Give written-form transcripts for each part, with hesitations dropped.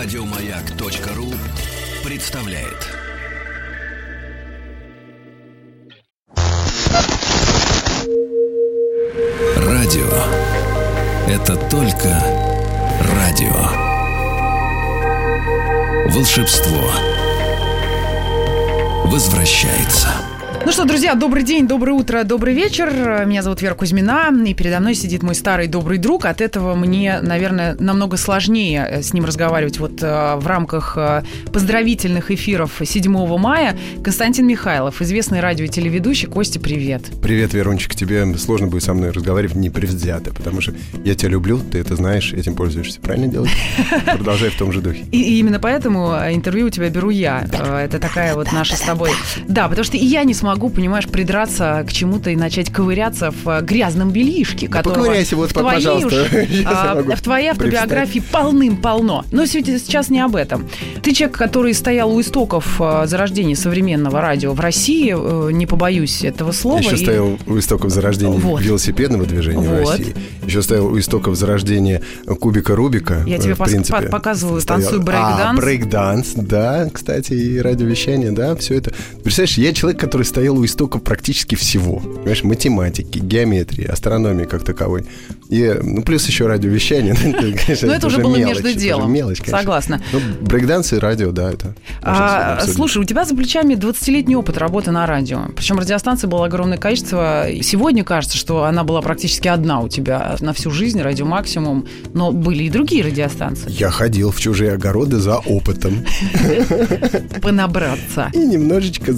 Радиомаяк.ру представляет. Радио – это только радио. Волшебство возвращается. Ну что, друзья, добрый день, доброе утро, добрый вечер. Меня зовут Вера Кузьмина, и передо мной сидит мой старый добрый друг. От этого мне, наверное, намного сложнее с ним разговаривать вот в рамках поздравительных эфиров 7 мая. Константин Михайлов, известный радио- и телеведущий. Костя, привет. Привет, Верунчик. Тебе сложно будет со мной разговаривать непредвзято, потому что я тебя люблю, ты это знаешь, этим пользуешься. Правильно делаешь? Продолжай в том же духе. И именно поэтому интервью у тебя беру я. Это такая вот наша с тобой... Да, потому что и я не смогу, понимаешь, придраться к чему-то и начать ковыряться в грязном бельишке, которого поковыряйся, вот, пожалуйста. В твоей автобиографии полным-полно. Но сейчас не об этом. Ты человек, который стоял у истоков зарождения современного радио в России, не побоюсь этого слова. Еще стоял у истоков зарождения велосипедного движения в России. Еще стоял у истоков зарождения кубика Рубика. Я тебе показываю, танцую брейк-данс. Брейк-данс, да, кстати, и радиовещание, да, все это. Представляешь, я человек, который стоял у истоков практически всего. Понимаешь, математики, геометрии, астрономии как таковой. И, плюс еще радиовещание. Но это уже было между делом. Мелочь, конечно. Согласна. Брейкданс и радио, да, это... Слушай, у тебя за плечами 20-летний опыт работы на радио. Причем радиостанций было огромное количество. Сегодня кажется, что она была практически одна у тебя на всю жизнь, Радио Максимум. Но были и другие радиостанции. Я ходил в чужие огороды за опытом. Понабраться. И немножечко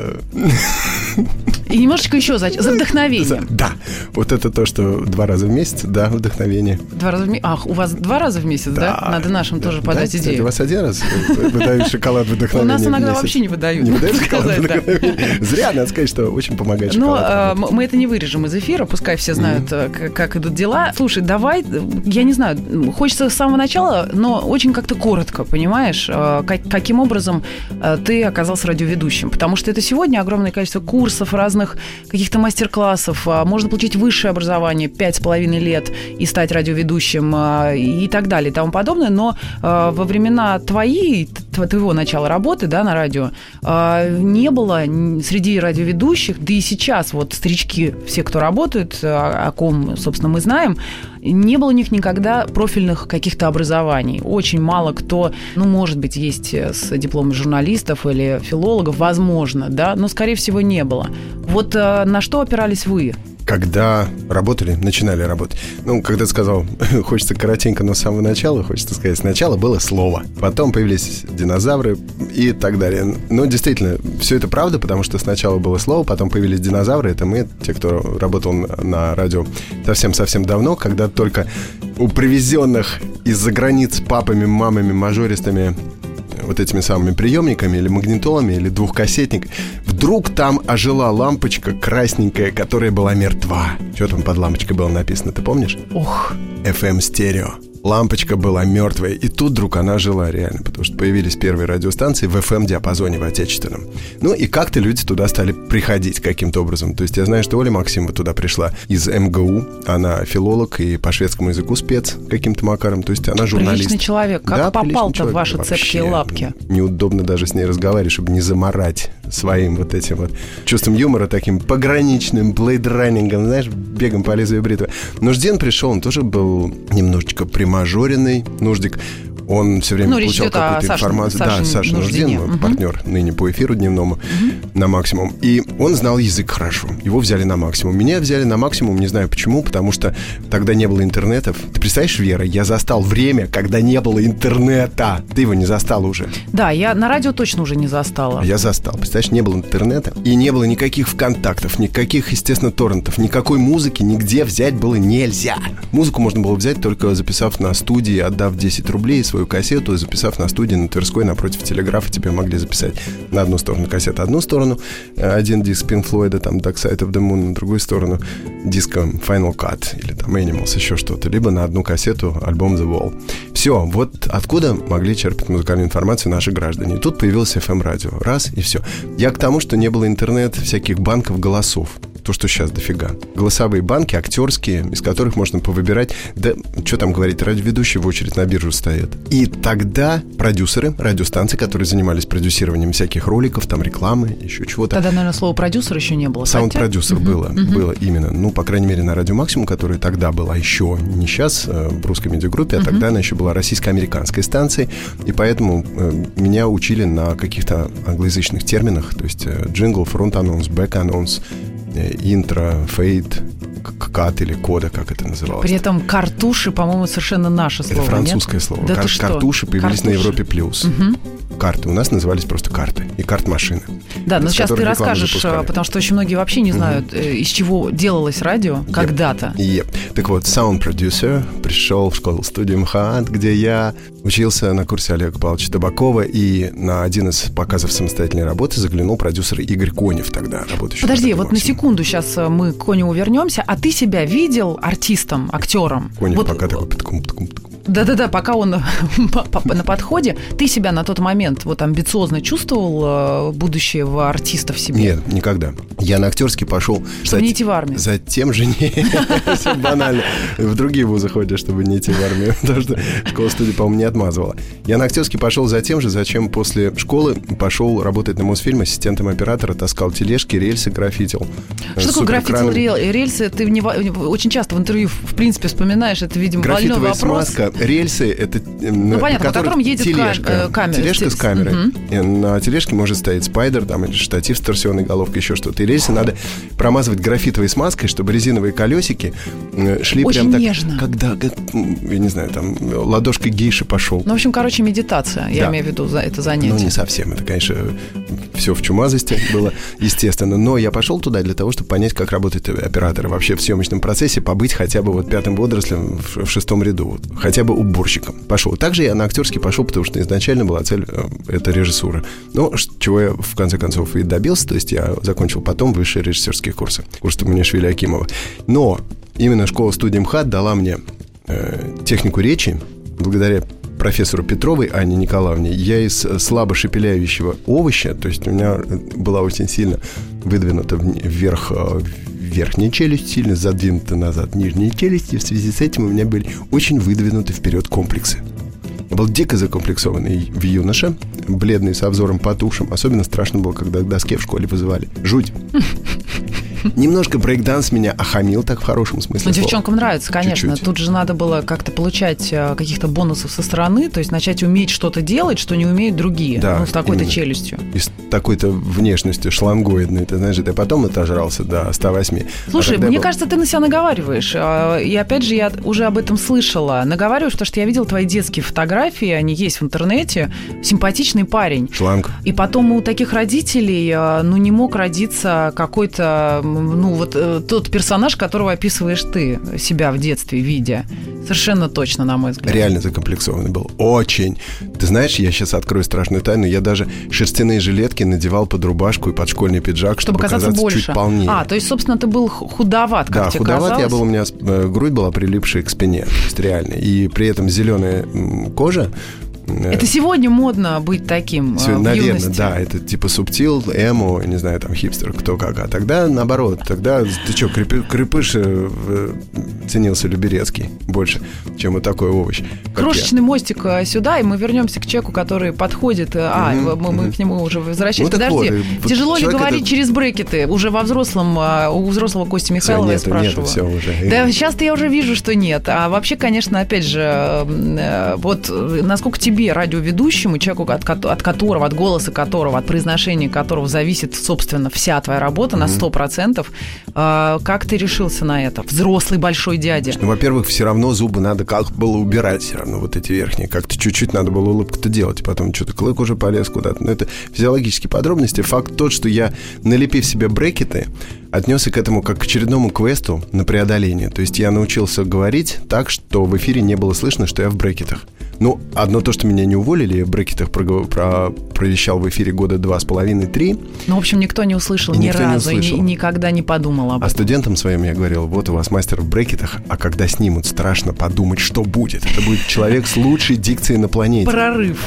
И немножечко еще за вдохновением. Да, вот это то, что 2 раза в месяц, да, вдохновение. 2 раза в месяц? Ах, у вас 2 раза в месяц, да? Надо нашим тоже подать идею. У вас 1 раз выдают шоколад вдохновения. У нас иногда вообще не выдают. Не выдают шоколад вдохновения? Зря, надо сказать, что очень помогает шоколад. Но мы это не вырежем из эфира, пускай все знают, как идут дела. Слушай, давай, я не знаю, хочется с самого начала, но очень как-то коротко, понимаешь, каким образом ты оказался радиоведущим. Потому что это сегодня огромное количество курсов, разных каких-то мастер-классов. Можно получить высшее образование 5,5 лет и стать радиоведущим и так далее и тому подобное. Но во времена твоего начала работы, да, на радио не было среди радиоведущих, да и сейчас вот старички, все, кто работают, о ком, собственно, мы знаем, не было у них никогда профильных каких-то образований. Очень мало кто, может быть, есть с дипломом журналистов или филологов, возможно, да, но, скорее всего, не было. Вот на что опирались вы? Когда начинали работать. Когда ты сказал, хочется коротенько, но с самого начала, хочется сказать, сначала было слово, потом появились динозавры и так далее. Но действительно, все это правда, потому что сначала было слово, потом появились динозавры. Это мы, те, кто работал на радио совсем-совсем давно, когда только у привезенных из-за границ папами, мамами, мажористами вот этими самыми приемниками или магнитолами, или двухкассетник, вдруг там ожила лампочка красненькая, которая была мертва. Что там под лампочкой было написано, ты помнишь? Ох. FM-стерео. Лампочка была мертвая, и тут вдруг она жила реально, потому что появились первые радиостанции в FM-диапазоне, в отечественном. И как-то люди туда стали приходить каким-то образом. То есть я знаю, что Оля Максимова туда пришла из МГУ. Она филолог и по шведскому языку спец каким-то макаром. То есть она журналист. Приличный человек. Как попал-то в ваши цепкие лапки? Неудобно даже с ней разговаривать, чтобы не заморать своим вот этим вот чувством юмора, таким пограничным блейдраннингом, знаешь, бегом по лезвию бритвы. Нуждин пришел, он тоже был немножечко примажоренный, Нуждик. Он все время получал какую-то информацию. Да, Саша Нуждин, партнер ныне по эфиру дневному на Максимум. И он знал язык хорошо. Его взяли на Максимум. Меня взяли на Максимум, не знаю почему, потому что тогда не было интернетов. Ты представляешь, Вера, я застал время, когда не было интернета. Ты его не застала уже. Да, я на радио точно уже не застала. Я застал. Представляешь, не было интернета. И не было никаких ВКонтактов, никаких, естественно, торрентов. Никакой музыки нигде взять было нельзя. Музыку можно было взять, только записав на студии, отдав 10 рублей свою кассету, записав на студии на Тверской напротив телеграфа, тебе могли записать на одну сторону кассеты, одну сторону, один диск Pink Floyd, там Dark Side of the Moon, на другую сторону диск Final Cut или там Animals, еще что-то, либо на одну кассету альбом The Wall. Все, вот откуда могли черпать музыкальную информацию наши граждане. И тут появилось FM-радио. Раз, и все. Я к тому, что не было интернет, всяких банков голосов. то, что сейчас дофига. Голосовые банки, актерские, из которых можно повыбирать. Да, что там говорить, радиоведущие в очередь на биржу стоят. И тогда продюсеры, радиостанции, которые занимались продюсированием всяких роликов, там рекламы, еще чего-то. Тогда, наверное, слова продюсер еще не было. Саунд-продюсер было именно. Ну, по крайней мере, на Радио Максимум, который тогда был, а еще не сейчас, в русской медиагруппе, а тогда она еще была российско-американской станцией. И поэтому меня учили на каких-то англоязычных терминах. То есть джингл, фронт-анонс, бэк-анонс, интро, фейд, кат или кода, как это называлось. При этом картуши, по-моему, совершенно наше слово. Это французское слово. Да картуши появились на Европе плюс. Карты. У нас назывались просто карты и карт-машины. Да, но сейчас ты расскажешь, потому что очень многие вообще не знают, из чего делалось радио когда-то. Так вот, саунд-продюсер пришел в школу-студию МХАТ, где я учился на курсе Олега Павловича Табакова, и на один из показов самостоятельной работы заглянул продюсер Игорь Конев, тогда работающий. Подожди, вот на секунду сейчас мы к Коневу вернемся. А ты себя видел артистом, актером? Конев вот, пока такой... Да-да-да, пока он на подходе. Ты себя на тот момент вот амбициозно чувствовал будущее в артиста в себе? Нет, никогда. Я на актерский пошел... Чтобы не идти в армию? Затем же не... Все банально. В другие вузы ходят, чтобы не идти в армию. Потому что школа-студия, по-моему, не отмазывала. Я на актерский пошел затем же, зачем после школы пошел работать на Мосфильм ассистентом оператора, таскал тележки, рельсы граффитил. Что такое граффитил рельсы? Ты очень часто в интервью, в принципе, вспоминаешь. Это, видимо, больной вопрос. Смазка. Рельсы — это... Ну, понятно, по которым едет тележка. Тележка с камерой. На тележке может стоять спайдер, там, или штатив с торсионной головкой, еще что-то. И рельсы надо промазывать графитовой смазкой, чтобы резиновые колесики шли очень прям так... нежно. Когда, я не знаю, там, ладошкой гейши пошел. Ну, в общем, короче, медитация. Я имею в виду это занятие. Ну, не совсем. Это, конечно, все в чумазости было, естественно. Но я пошел туда для того, чтобы понять, как работают операторы вообще в съемочном процессе, побыть хотя бы вот пятым водорослем в шестом ряду. Хотя бы уборщиком. Пошел. Также я на актерский пошел, потому что изначально была цель это режиссура. Но чего я в конце концов и добился, то есть я закончил потом высшие режиссерские курсы. Курс Туманишвили Акимова. Но именно школа-студия МХАТ дала мне технику речи. Благодаря профессору Петровой Анне Николаевне я из слабо шепеляющего овоща, то есть у меня была очень сильно выдвинута вверх верхняя челюсть, сильно задвинута назад нижняя челюсть, и в связи с этим у меня были очень выдвинуты вперед комплексы. Я был дико закомплексованный в юноше, бледный, со взором потухшим. Особенно страшно было, когда к доске в школе вызывали. Жуть. Немножко брейкданс меня охамил, так в хорошем смысле Ну, слова. Девчонкам нравится, конечно. Чуть-чуть. Тут же надо было как-то получать каких-то бонусов со стороны, то есть начать уметь что-то делать, что не умеют другие. Да, ну, с такой-то именно. челюстью. И с такой-то внешностью шлангоидной. Ты знаешь, ты потом отожрался до 108. Слушай, мне кажется, ты на себя наговариваешь. И опять же, я уже об этом слышала. Наговариваешь, потому что я видела твои детские фотографии, они есть в интернете. Симпатичный парень. Шланг. И потом у таких родителей, ну, не мог родиться какой-то, ну, вот тот персонаж, которого описываешь ты себя в детстве, видя. Совершенно точно, на мой взгляд. Реально закомплексованный был. Очень. Ты знаешь, я сейчас открою страшную тайну. Я даже шерстяные жилетки надевал под рубашку и под школьный пиджак, чтобы казаться больше. чуть полнее. То есть, собственно, ты был худоват, как тебе худоват казалось? я был, у меня грудь была прилипшая к спине. То есть реально. И при этом зеленая кожа. Это сегодня модно быть таким в наверное, юности. да, это типа субтил, эмо, не знаю, там хипстер, кто как. А тогда наоборот, тогда ты что, крепыш ценился Люберецкий больше, чем вот такой овощ. Крошечный мостик сюда, и мы вернемся к человеку, который подходит. Мы к нему уже возвращаемся. Подожди, тяжело ли говорить через брекеты? Уже у взрослого Кости Михайлова я спрашиваю. Нет, все уже. Да, сейчас-то я уже вижу, что нет. А вообще, конечно, опять же, вот насколько тебе, радиоведущему, человеку, от которого, от голоса которого, от произношения которого зависит, собственно, вся твоя работа на 100%, как ты решился на это? Взрослый большой дядя. Ну, во-первых, все равно зубы надо как было убирать, все равно вот эти верхние. Как-то чуть-чуть надо было улыбку-то делать. Потом что-то клык уже полез куда-то. Но это физиологические подробности. Факт тот, что я, налепив себе брекеты, отнесся к этому как к очередному квесту на преодоление. То есть я научился говорить так, что в эфире не было слышно, что я в брекетах. Ну, одно то, что меня не уволили, я в брекетах провещал в эфире года 2,5-3. Ну, в общем, никто не услышал ни разу и никогда не подумал об этом. А студентам своим я говорил, вот у вас мастер в брекетах, а когда снимут, страшно подумать, что будет. Это будет человек с лучшей дикцией на планете. Прорыв.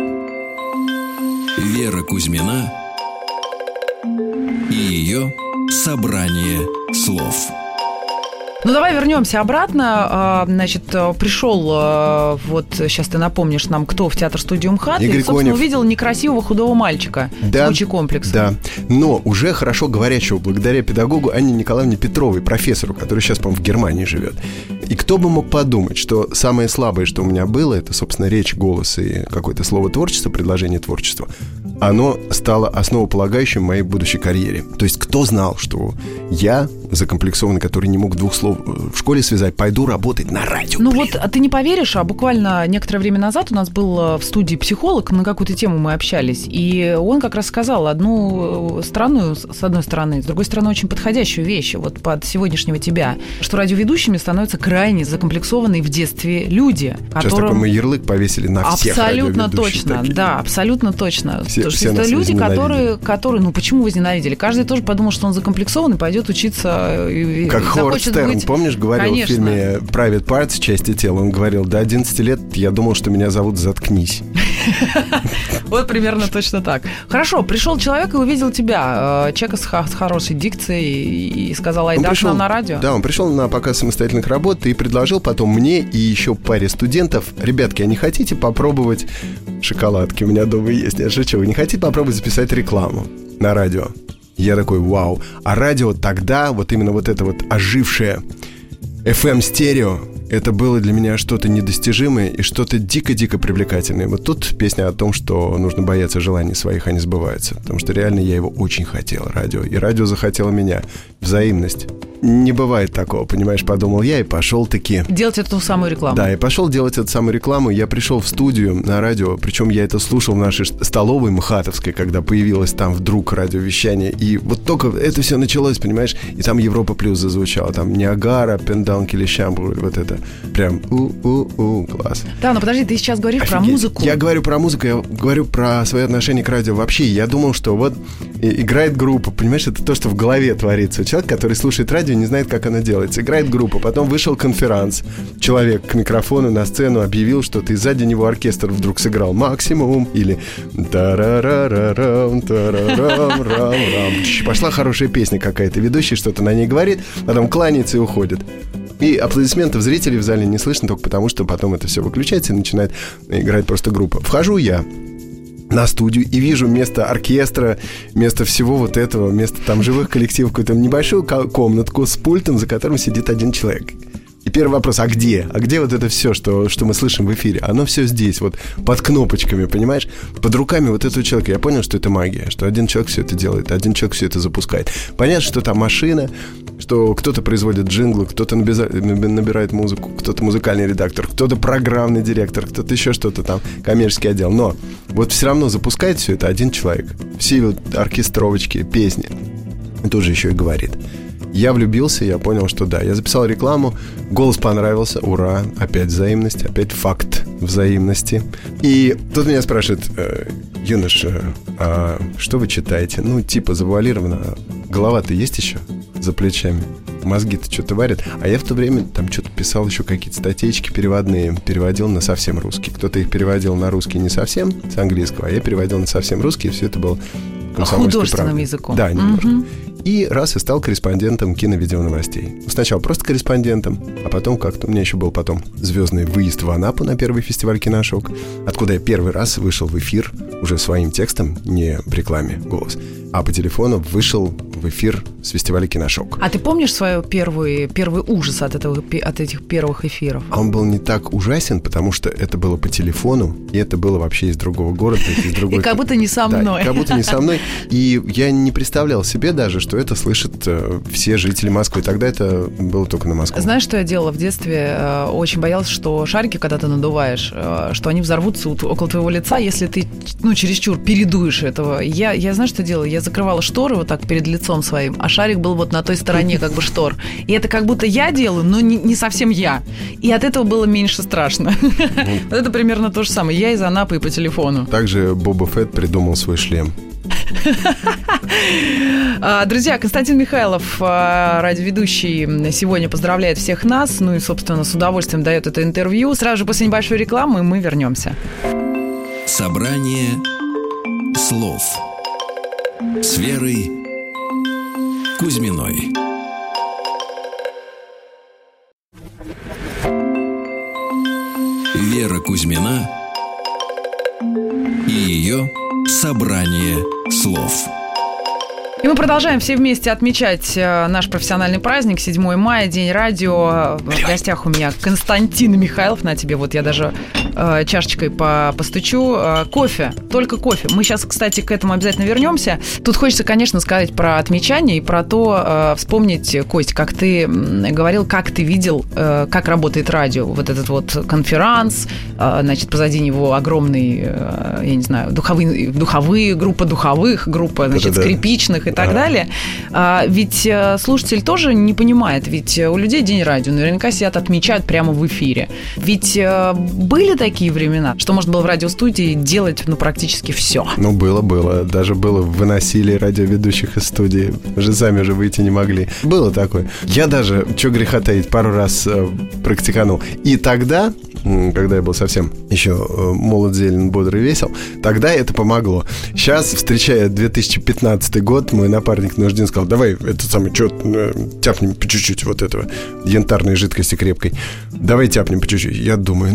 Вера Кузьмина и ее Собрание слов. Ну, давай вернемся обратно. Значит, пришел, вот сейчас ты напомнишь нам, кто в театр-студию МХАТ. Игорь и, собственно, Конев. увидел некрасивого худого мальчика с кучей комплексов. Да, но уже хорошо говорящего благодаря педагогу Анне Николаевне Петровой, профессору, который сейчас, по-моему, в Германии живет. И кто бы мог подумать, что самое слабое, что у меня было, это, собственно, речь, голос и какое-то слово творчество, предложение творчества. Оно стало основополагающим в моей будущей карьере. То есть кто знал, что я, закомплексованный, который не мог двух слов в школе связать, пойду работать на радио. Ну вот, ты не поверишь, а буквально некоторое время назад у нас был в студии психолог, на какую-то тему мы общались, и он как раз сказал одну странную, с одной стороны, с другой стороны, очень подходящую вещь вот под сегодняшнего тебя, что радиоведущими становятся крайне закомплексованные в детстве люди, Сейчас которым... такой мы ярлык повесили на всех Абсолютно радиоведущих точно, таких. да, абсолютно точно. Все это нас люди, возненавидели. которые, ну почему возненавидели? Каждый тоже подумал, что он закомплексован и пойдет учиться. И Как Ховард захочет Стерн, быть... помнишь, говорил Конечно. в фильме «Private Parts. Части тела», он говорил: до 11 лет я думал, что меня зовут «Заткнись». Вот примерно точно так. Хорошо, пришел человек и увидел тебя, человека с хорошей дикцией, и сказал: айда к нам на радио. Да, он пришел на показ самостоятельных работ и предложил потом мне и еще паре студентов: ребятки, а не хотите попробовать шоколадки? У меня дома есть, я шучу. Вы не хотите попробовать записать рекламу на радио? Я такой: вау. А радио тогда, вот именно вот это вот ожившее FM-стерео, это было для меня что-то недостижимое и что-то дико-дико привлекательное. Вот тут песня о том, что нужно бояться желаний своих, они сбываются. Потому что реально я его очень хотел, радио. И радио захотело меня. Взаимность. Не бывает такого, понимаешь, подумал я и пошел таки... Делать эту самую рекламу. Да, и пошел делать эту самую рекламу. Я пришел в студию на радио, причем я это слушал в нашей столовой МХАТовской, когда появилось там вдруг радиовещание. И вот только это все началось, понимаешь, и там Европа Плюс зазвучала, там Ниагара, Пендан, Келещамбур, вот это прям класс. Да, но подожди, ты сейчас говоришь про музыку. Я говорю про музыку, я говорю про свое отношение к радио вообще. Я думал, что вот играет группа, понимаешь, это то, что в голове творится. Человек, который слушает радио, не знает, как оно делается. Играет группа, потом вышел конферанс. Человек к микрофону, на сцену объявил что-то, и сзади него оркестр вдруг сыграл «Максимум» или «Тарарарарам, тарарам, рам, рам». Пошла хорошая песня какая-то, ведущий что-то на ней говорит, потом кланяется и уходит. И аплодисментов зрителей в зале не слышно, только потому, что потом это все выключается и начинает играть просто группа. Вхожу я на студию и вижу вместо оркестра, вместо всего вот этого, вместо там живых коллективов, какую-то небольшую комнатку с пультом, за которым сидит один человек. И первый вопрос: а где? А где вот это все, что мы слышим в эфире? Оно все здесь, вот под кнопочками, понимаешь? Под руками вот этого человека. Я понял, что это магия, что один человек все это делает, один человек все это запускает. Понятно, что там машина, что кто-то производит джинглы, кто-то набирает музыку, кто-то музыкальный редактор, кто-то программный директор, кто-то еще что-то там, коммерческий отдел. Но вот все равно запускает все это один человек. Все вот оркестровочки, песни. И тут же еще и говорит. Я влюбился, я понял, что да. Я записал рекламу, голос понравился, ура, опять взаимность, опять факт взаимности. И тут меня спрашивает: юноша, а что вы читаете? Ну, типа завуалированно, голова-то есть еще за плечами? Мозги-то что-то варят. А я в то время там что-то писал, еще какие-то статейки переводные, переводил на совсем русский. Кто-то их переводил на русский не совсем, с английского, а я переводил на совсем русский, и все это было художественным языком. Да, немножко. И раз и стал корреспондентом кино-видеоновостей. Сначала просто корреспондентом, а потом как-то... У меня еще был потом звездный выезд в Анапу на первый фестиваль «Киношок», откуда я первый раз вышел в эфир уже своим текстом, не в рекламе «Голос», а по телефону вышел в эфир с фестиваля «Киношок». А ты помнишь свой первый ужас от этих первых эфиров? А он был не так ужасен, потому что это было по телефону, и это было вообще из другого города, из другой... И как будто не со мной. Да, как будто не со мной. И я не представлял себе даже, что это слышат все жители Москвы. Тогда это было только на Москву. Знаешь, что я делала в детстве? Очень боялась, что шарики, когда ты надуваешь, что они взорвутся около твоего лица, если ты, чересчур передуешь этого. Я знаю, что делала? Я закрывала шторы вот так перед лицом своим, а шарик был вот на той стороне как бы штор. И это как будто я делаю, но не совсем я. И от этого было меньше страшно. Вот это примерно то же самое. Я из Анапы и по телефону. Также Боба Фетт придумал свой шлем. Друзья, Константин Михайлов, радиоведущий, сегодня поздравляет всех нас. Ну и, собственно, с удовольствием дает это интервью. Сразу же после небольшой рекламы мы вернемся. Собрание слов с Верой Кузьминой. Вера Кузьмина и ее собрание слов. И мы продолжаем все вместе отмечать наш профессиональный праздник, 7 мая, День радио. В гостях у меня Константин Михайлов. На тебе, вот я даже чашечкой постучу. Кофе, только кофе. Мы сейчас, кстати, к этому обязательно вернемся. Тут хочется, конечно, сказать про отмечание и про то, вспомнить, Кость, как ты говорил, как ты видел, как работает радио. Вот этот вот конферанс, значит, позади него огромный, я не знаю, духовые, группа духовых, группа, значит, скрипичных и так далее. Ведь слушатель тоже не понимает, ведь у людей День радио, наверняка сидят, отмечают прямо в эфире. Ведь были такие времена, что можно было в радиостудии делать, практически все. Было. Даже выносили радиоведущих из студии. Уже сами уже выйти не могли. Было такое. Я даже, что греха таить, пару раз практиканул. И тогда, когда я был совсем еще молод, зелен, бодр и весел, тогда это помогло. Сейчас, встречая 2015 год, мой напарник Нуждин сказал: давай, тяпнем по чуть-чуть вот этого янтарной жидкости крепкой. Давай тяпнем по чуть-чуть. Я думаю,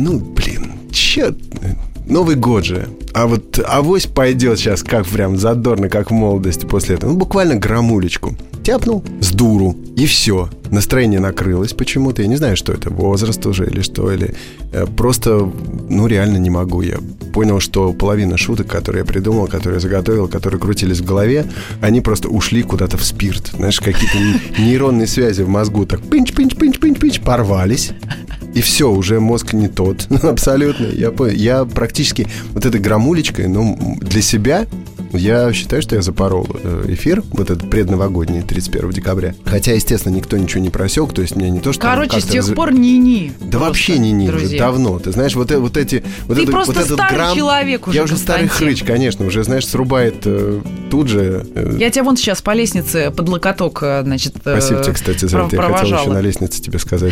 Новый год же. А вот авось пойдет сейчас как прям задорно, как в молодости после этого. Буквально грамулечку. Тяпнул с дуру. И все. Настроение накрылось почему-то. Я не знаю, что это. Возраст уже или что. Или просто, реально не могу. Я понял, что половина шуток, которые я придумал, которые я заготовил, которые крутились в голове, они просто ушли куда-то в спирт. Знаешь, какие-то нейронные связи в мозгу так пинч, порвались. И все, уже мозг не тот. Абсолютно. Я практически вот этой грамулечкой, для себя, я считаю, что я запорол эфир, вот этот предновогодний, 31 декабря. Хотя, естественно, никто ничего не просек. То есть меня не то, что... Короче, с тех пор ни-ни. Да вообще ни-ни, уже давно. Ты знаешь, вот эти... Ты просто старый человек уже, Я уже старый хрыч, конечно. Уже, знаешь, срубает тут же... Я тебя вон сейчас по лестнице под локоток, значит, спасибо тебе, кстати, за это. Я хотел еще на лестнице тебе сказать.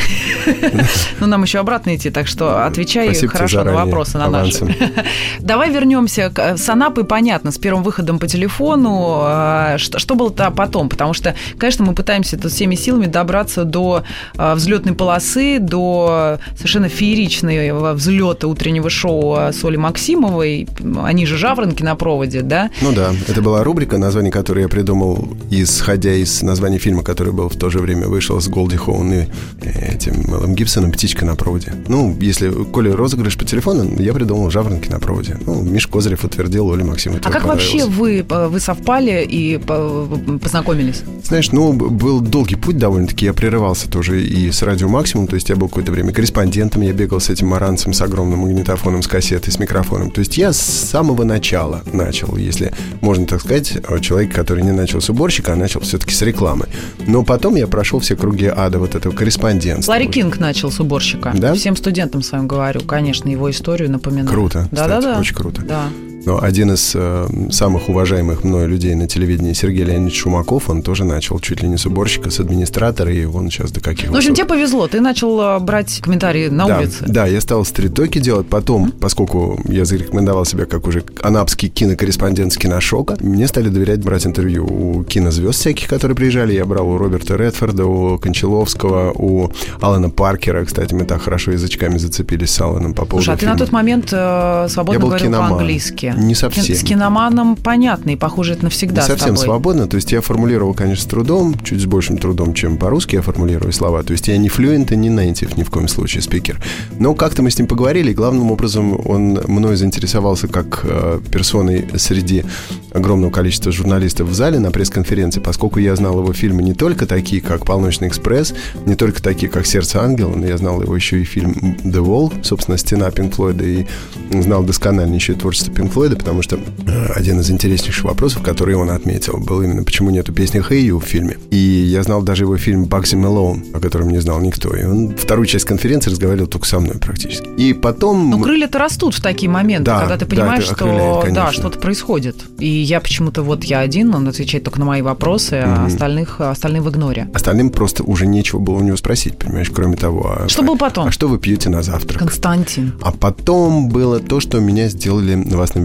Нам еще обратно идти, так что отвечай хорошо на вопросы на наши. Давай вернемся. С Анапой понятно, с первым выходом по телефону. Что было-то потом? Потому что, конечно, мы пытаемся всеми силами добраться до взлетной полосы, до совершенно фееричного взлета утреннего шоу с Олей Максимовой. Они же «Жаворонки на проводе», да? Да. Это была рубрика, название которой я придумал, исходя из названия фильма, который был в то же время вышел с Голди Хоун и этим Мелом Гибсоном «Птичка на проводе». Если коли розыгрыш по телефону, я придумал «Жаворонки на проводе». Миш Козырев утвердил, Оля Максимова. А как вообще вы совпали и познакомились? Знаешь, был долгий путь довольно-таки. Я прерывался тоже и с «Радио Максимум». То есть я был какое-то время корреспондентом. Я бегал с этим маранцем, с огромным магнитофоном, с кассетой, с микрофоном. То есть я с самого начала начал, если можно так сказать, человек, который не начал с уборщика, а начал все-таки с рекламы. Но потом я прошел все круги ада вот этого корреспондентства. Ларри Кинг начал с уборщика. Да? Всем студентам своим говорю, конечно, его историю напоминаю. Круто, кстати, очень круто. Да. Но один из самых уважаемых мной людей на телевидении, Сергей Леонидович Шумаков, он тоже начал чуть ли не с уборщика, с администратора, и он сейчас до каких... В общем, тебе повезло, ты начал брать комментарии на улице. Да, я стал стрит-токи делать. Потом, поскольку я зарекомендовал себя как уже анапский кинокорреспондент с Киношока, мне стали доверять брать интервью у кинозвезд всяких, которые приезжали. Я брал у Роберта Редфорда, у Кончаловского, у Алана Паркера. Кстати, мы так хорошо язычками зацепились с Аланом по поводу Слушай, а ты на тот момент свободно говорил по-английски? Не совсем. С киноманом понятно, и, похоже, это навсегда не совсем свободно, то есть я формулировал, конечно, с трудом, чуть с большим трудом, чем по-русски я формулирую слова, то есть я не флюент и не нейтив ни в коем случае спикер. Но как-то мы с ним поговорили, и главным образом он мной заинтересовался как персоной среди огромного количества журналистов в зале на пресс-конференции, поскольку я знал его фильмы не только такие, как «Полночный экспресс», не только такие, как «Сердце ангела», но я знал его еще и фильм «The Wall», собственно, «Стена» Пинк Флойда, и знал досконально еще и творчество Пинк Флойда, потому что один из интереснейших вопросов, который он отметил, был именно, почему нету песни «Hey You» в фильме. И я знал даже его фильм «Bugsy Malone», о котором не знал никто. И он вторую часть конференции разговаривал только со мной практически. И потом... Но крылья-то растут в такие моменты, когда ты понимаешь, что что-то происходит. И я почему-то я один, он отвечает только на мои вопросы, а остальные в игноре. Остальным просто уже нечего было у него спросить, понимаешь, кроме того... Что было потом? А что вы пьете на завтрак? Константин. А потом было то, что меня сделали новостным ведущим.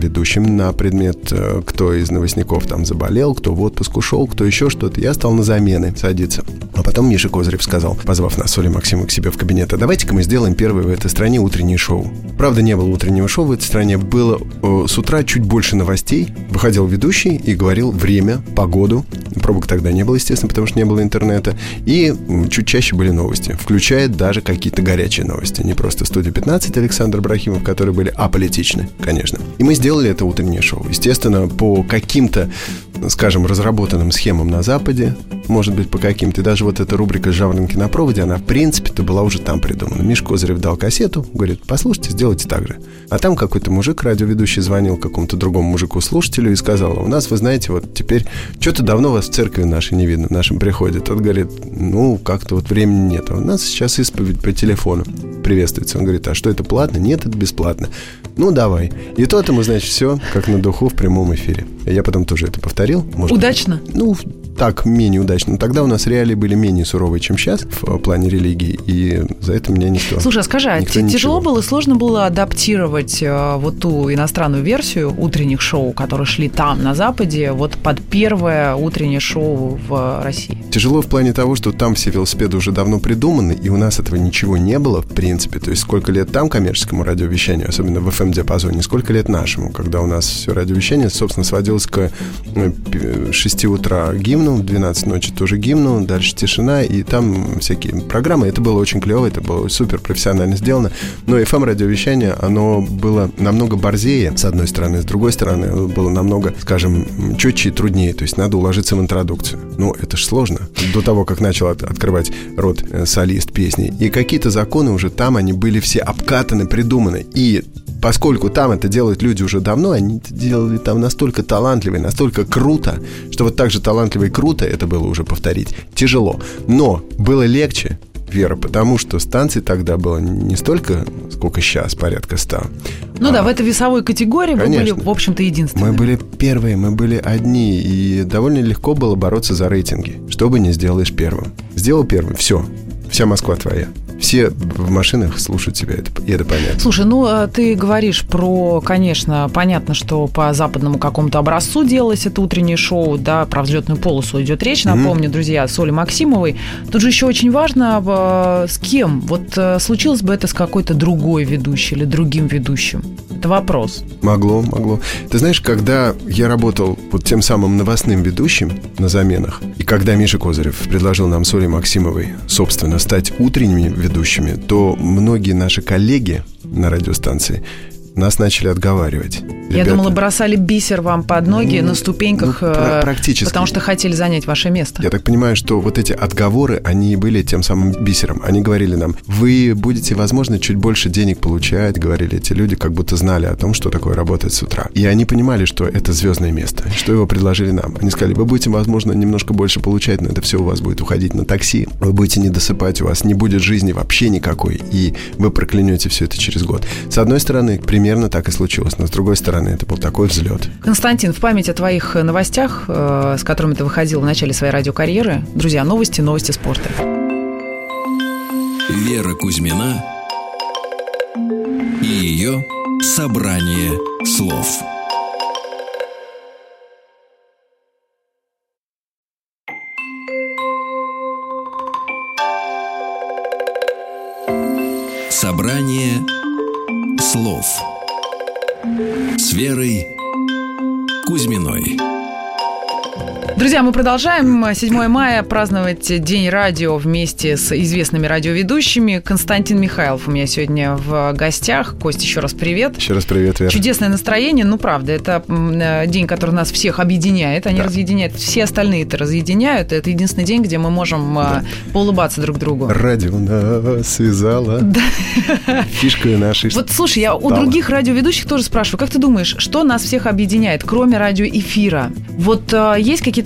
ведущим на предмет, кто из новостников там заболел, кто в отпуск ушел, кто еще что-то. Я стал на замены садиться. А потом Миша Козырев сказал, позвав нас с Олей Максимовой к себе в кабинет: а давайте-ка мы сделаем первое в этой стране утреннее шоу. Правда, не было утреннего шоу в этой стране. Было с утра чуть больше новостей. Выходил ведущий и говорил время, погоду. Пробок тогда не было, естественно, потому что не было интернета. И чуть чаще были новости, включая даже какие-то горячие новости. Не просто «Студия 15» Александр Брахимов, которые были аполитичны, конечно. И мы сделали это утреннее шоу. Естественно, по каким-то, скажем, разработанным схемам на Западе, может быть, по каким-то. И даже вот эта рубрика «Жаворонки на проводе», она, в принципе-то, была уже там придумана. Миша Козырев дал кассету, говорит: послушайте, сделайте так же. А там какой-то мужик, радиоведущий, звонил какому-то другому мужику-слушателю и сказал: у нас, вы знаете, вот теперь что-то давно вас в церкви нашей не видно, в нашем приходе. Тот говорит: ну, как-то вот времени нет. А у нас сейчас исповедь по телефону приветствуется. Он говорит: а что, это платно? Нет, это бесплатно. Ну, давай. И то ему, значит, все как на духу в прямом эфире. Я потом тоже это повторил. Удачно? Ну, так, менее удачно. Но тогда у нас реалии были менее суровые, чем сейчас в плане религии. И за это меня никто... Слушай, а скажи, тяжело было, сложно было адаптировать вот ту иностранную версию утренних шоу, которые шли там, на Западе, вот под первое утреннее шоу в России? Тяжело в плане того, что там все велосипеды уже давно придуманы, и у нас этого ничего не было, в принципе. То есть сколько лет там коммерческому радиовещанию, особенно в FM-диапазоне, сколько лет нашему, когда у нас все радиовещание, собственно, сводилось к 6 утра гимну, в 12 ночи тоже гимну, дальше тишина, и там всякие программы. Это было очень клево, это было супер профессионально сделано. Но FM-радиовещание, оно было намного борзее, с одной стороны, с другой стороны, было намного, скажем, четче и труднее. То есть надо уложиться в интродукцию. Ну, это ж сложно. До того, как начал открывать рот солист песни. И какие-то законы уже там, они были все обкатаны, придуманы. И поскольку там это делают люди уже давно, они это делали там настолько талантливо, настолько круто, что вот так же талантливо и круто это было уже повторить тяжело. Но было легче, Вера, потому что станций тогда было не столько, сколько сейчас, порядка 100. Ну да, в этой весовой категории вы были, в общем-то, единственными. Мы были первые, мы были одни, и довольно легко было бороться за рейтинги. Что бы ни сделаешь первым. Сделал первым, все, вся Москва твоя. Все в машинах слушают тебя, и это понятно. Слушай, ну, ты говоришь про, конечно, понятно, что по западному какому-то образцу делалось это утреннее шоу, да, про взлетную полосу идет речь, напомню, друзья, с Олей Максимовой. Тут же еще очень важно, с кем. Вот случилось бы это с какой-то другой ведущей или другим ведущим? Это вопрос. Могло. Ты знаешь, когда я работал вот тем самым новостным ведущим на заменах, и когда Миша Козырев предложил нам с Олей Максимовой, собственно, стать утренними ведущими, то многие наши коллеги на радиостанции нас начали отговаривать. Я думала, бросали бисер вам под ноги на ступеньках, практически. Потому что хотели занять ваше место. Я так понимаю, что вот эти отговоры, они были тем самым бисером. Они говорили нам: вы будете, возможно, чуть больше денег получать, говорили эти люди, как будто знали о том, что такое работать с утра. И они понимали, что это звездное место, что его предложили нам. Они сказали: вы будете, возможно, немножко больше получать, но это все у вас будет уходить на такси, вы будете не досыпать, у вас не будет жизни вообще никакой, и вы проклянете все это через год. С одной стороны, примерно так и случилось, но с другой стороны, это был такой взлет. Константин, в память о твоих новостях, с которыми ты выходил в начале своей радиокарьеры, друзья, новости спорта. Вера Кузьмина и ее собрание слов. Собрание слов с Верой Кузьминой. Друзья, мы продолжаем 7 мая праздновать День радио вместе с известными радиоведущими. Константин Михайлов у меня сегодня в гостях. Кость, еще раз привет. Еще раз привет, Вера. Чудесное настроение, ну правда, это день, который нас всех объединяет. Они разъединяют, все остальные это разъединяют. Это единственный день, где мы можем поулыбаться друг другу. Радио нас связало. Фишка нашей. Вот слушай, я у других радиоведущих тоже спрашиваю, как ты думаешь, что нас всех объединяет, кроме радиоэфира? Вот есть какие-то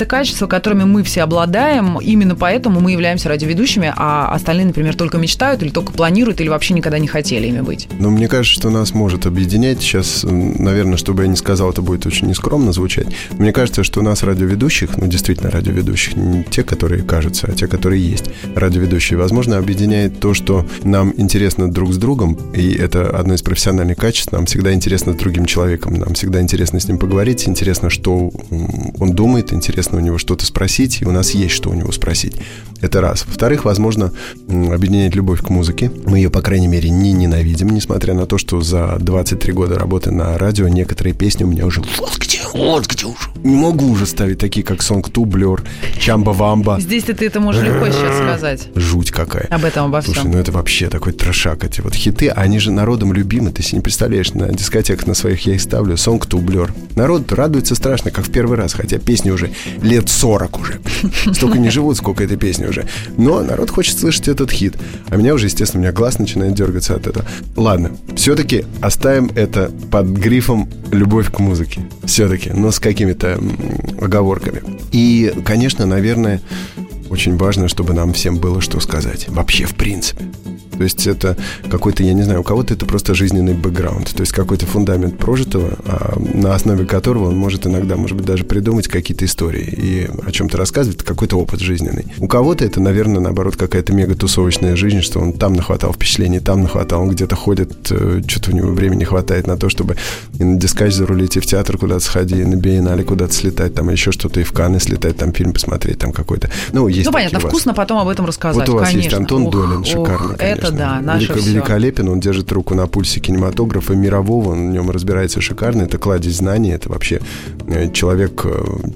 это качества, которыми мы все обладаем, именно поэтому мы являемся радиоведущими, а остальные, например, только мечтают или только планируют, или вообще никогда не хотели ими быть. Но мне кажется, что нас может объединять. Сейчас, наверное, чтобы я не сказал, это будет очень нескромно звучать. Мне кажется, что нас, радиоведущих, действительно радиоведущих, не те, которые кажутся, а те, которые есть, радиоведущие, возможно, объединяет то, что нам интересно друг с другом, и это одно из профессиональных качеств. Нам всегда интересно с другим человеком, нам всегда интересно с ним поговорить, интересно, что он думает, интересно у него что-то спросить, и у нас есть что у него спросить. Это раз. Во-вторых, возможно, объединяет любовь к музыке. Мы ее, по крайней мере, не ненавидим, несмотря на то, что за 23 года работы на радио некоторые песни у меня уже вот где уже. Не могу уже ставить такие, как Song 2, Blur, Чамба-Вамба. Здесь ты это можешь легко сейчас сказать. Жуть какая. Об этом, обо всем. Слушай, это вообще такой трешак. Эти вот хиты, они же народом любимы. Ты себе не представляешь, на дискотеках на своих я их ставлю. Song 2, Blur. Народ радуется страшно, как в первый раз. Хотя песни уже лет 40 уже. Столько не живут, сколько этой песни уже. Но народ хочет слышать этот хит. А меня уже, естественно, у меня глаз начинает дергаться от этого. Ладно, все-таки оставим это под грифом «любовь к музыке». Все-таки, но с какими-то оговорками. И, конечно, наверное, очень важно, чтобы нам всем было что сказать. Вообще, в принципе. То есть это какой-то, я не знаю, у кого-то это просто жизненный бэкграунд. То есть какой-то фундамент прожитого, на основе которого он может иногда, может быть, даже придумать какие-то истории и о чем-то рассказывать, какой-то опыт жизненный. У кого-то это, наверное, наоборот, какая-то мега-тусовочная жизнь, что он там нахватал впечатлений, там нахватал, он где-то ходит, что-то у него времени хватает на то, чтобы и на дискач зарулить, и в театр куда-то сходить, и на биеннале куда-то слетать, там еще что-то, и в Канны слетать, там фильм посмотреть, там какой-то. Есть понятно, вкусно потом об этом рассказать, вот у вас конечно. есть Антон Долин, шикарный, конечно. Это да, наше великолепен, он держит руку на пульсе кинематографа мирового, он в нем разбирается шикарно, это кладезь знаний, это вообще человек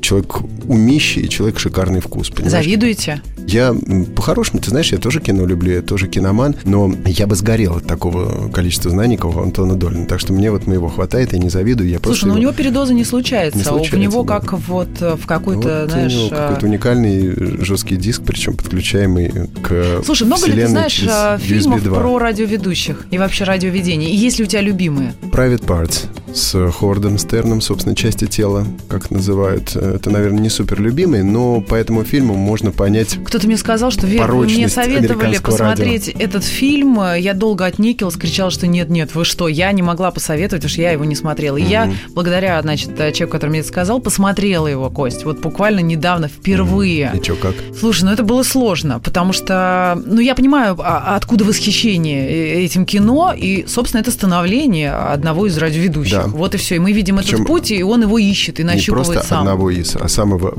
умищий и человек шикарный вкус, понимаешь? Завидуете? Я, по-хорошему, ты знаешь, я тоже кино люблю, я тоже киноман, но я бы сгорел от такого количества знаний, как у Антона Долина, так что мне моего хватает, я не завидую, я просто... Слушай, у него передоза не случается, у него да. Как вот в какой-то, вот знаешь... У него какой-то уникальный жесткий диск, причем подключаемый к Слушай, много ли ты знаешь фильмов 2. Про радиоведущих и вообще радиоведение? И есть ли у тебя любимые? Private Parts с Ховардом Стерном, собственно, части тела, как называют. Это, наверное, не супер любимый, но по этому фильму можно понять. Кто-то мне сказал, что мне советовали посмотреть этот фильм. Я долго отнекилась, кричала, что нет, вы что? Я не могла посоветовать, потому что я его не смотрела. И я, благодаря, человеку, который мне это сказал, посмотрела его, Кость. Вот буквально недавно, впервые. И чё, как? Слушай, это было сложно, потому что, я понимаю, откуда восхищение этим кино, и, собственно, это становление одного из радиоведущих. Да. Вот и все. И мы видим этот путь, и он его ищет, и нащупывает сам. Не просто одного из, а самого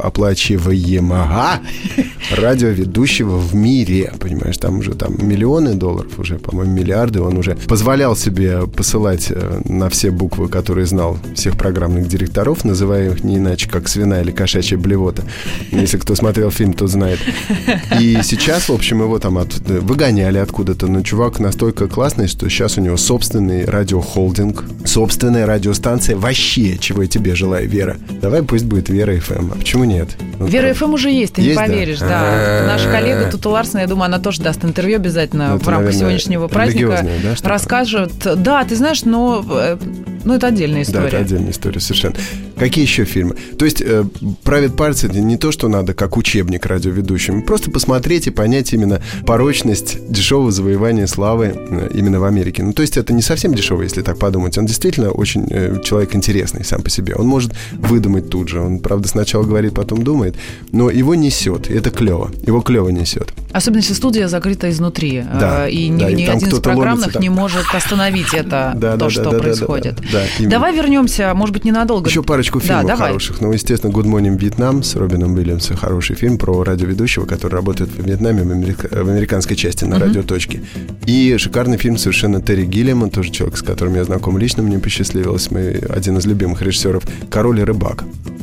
высокооплачиваемого радиоведущего в мире. Понимаешь, там уже миллионы долларов, уже, по-моему, миллиарды. Он уже позволял себе посылать на все буквы, которые знал, всех программных директоров, называя их не иначе, как свиная или кошачья блевота. Если кто смотрел фильм, тот знает. И сейчас, в общем, его там выгоняли откуда-то. Но чувак настолько классный, что сейчас у него собственный радиохолдинг, собственная радиостанция. Вообще, чего я тебе желаю, Вера. Давай пусть будет Вера ФМ. А почему нет? Вера ФМ уже есть, ты не поверишь, да. Наша коллега Тута Ларсен, я думаю, она тоже даст интервью обязательно в рамках сегодняшнего праздника. Расскажет. Да, ты знаешь, но это отдельная история. Да, это отдельная история, совершенно. Какие еще фильмы? То есть Private Parts — это не то, что надо как учебник радиоведущим. Просто посмотреть и понять именно порочность дешевого завоевания славы именно в Америке. То есть это не совсем дешево, если так подумать. Он действительно очень человек интересный сам по себе. Он может выдумать тут же. Он, правда, сначала говорит, потом думает. Но его несет, и это клево. Его клево несет. Особенно, если студия закрыта изнутри. Да, и ни один из программных не может остановить это, что происходит. Давай вернемся, может быть, ненадолго. Еще парочку фильмов хороших. Естественно, Good Morning Vietnam с Робином Уильямсом. Хороший фильм про радиоведущего, который работает в Вьетнаме, в американской части на радиоточке. И шикарный фильм совершенно Терри Гиллиама, тоже человек, с которым я знаком лично, мне посчастливилось. Один из любимых режиссеров. «Король и рыбак».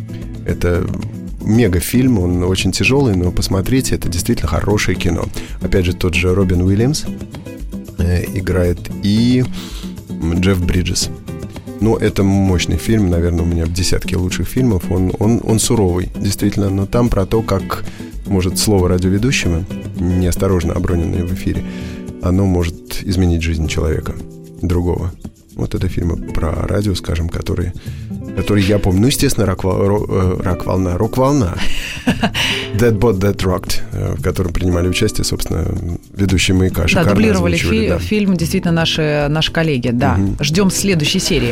Это мегафильм, он очень тяжелый, но посмотрите, это действительно хорошее кино. Опять же, тот же Робин Уильямс играет и Джефф Бриджес. Это мощный фильм, наверное, у меня в десятке лучших фильмов. Он суровый, действительно, но там про то, как может слово радиоведущего, неосторожно оброненное в эфире, оно может изменить жизнь человека, другого. Вот это фильмы про радио, скажем, которые который я помню. Ну, естественно, рок-волна. That Bot, That Rocked, в котором принимали участие, собственно, ведущие «Маяка». Да, дублировали фильм действительно наши коллеги. Да, ждем следующей серии.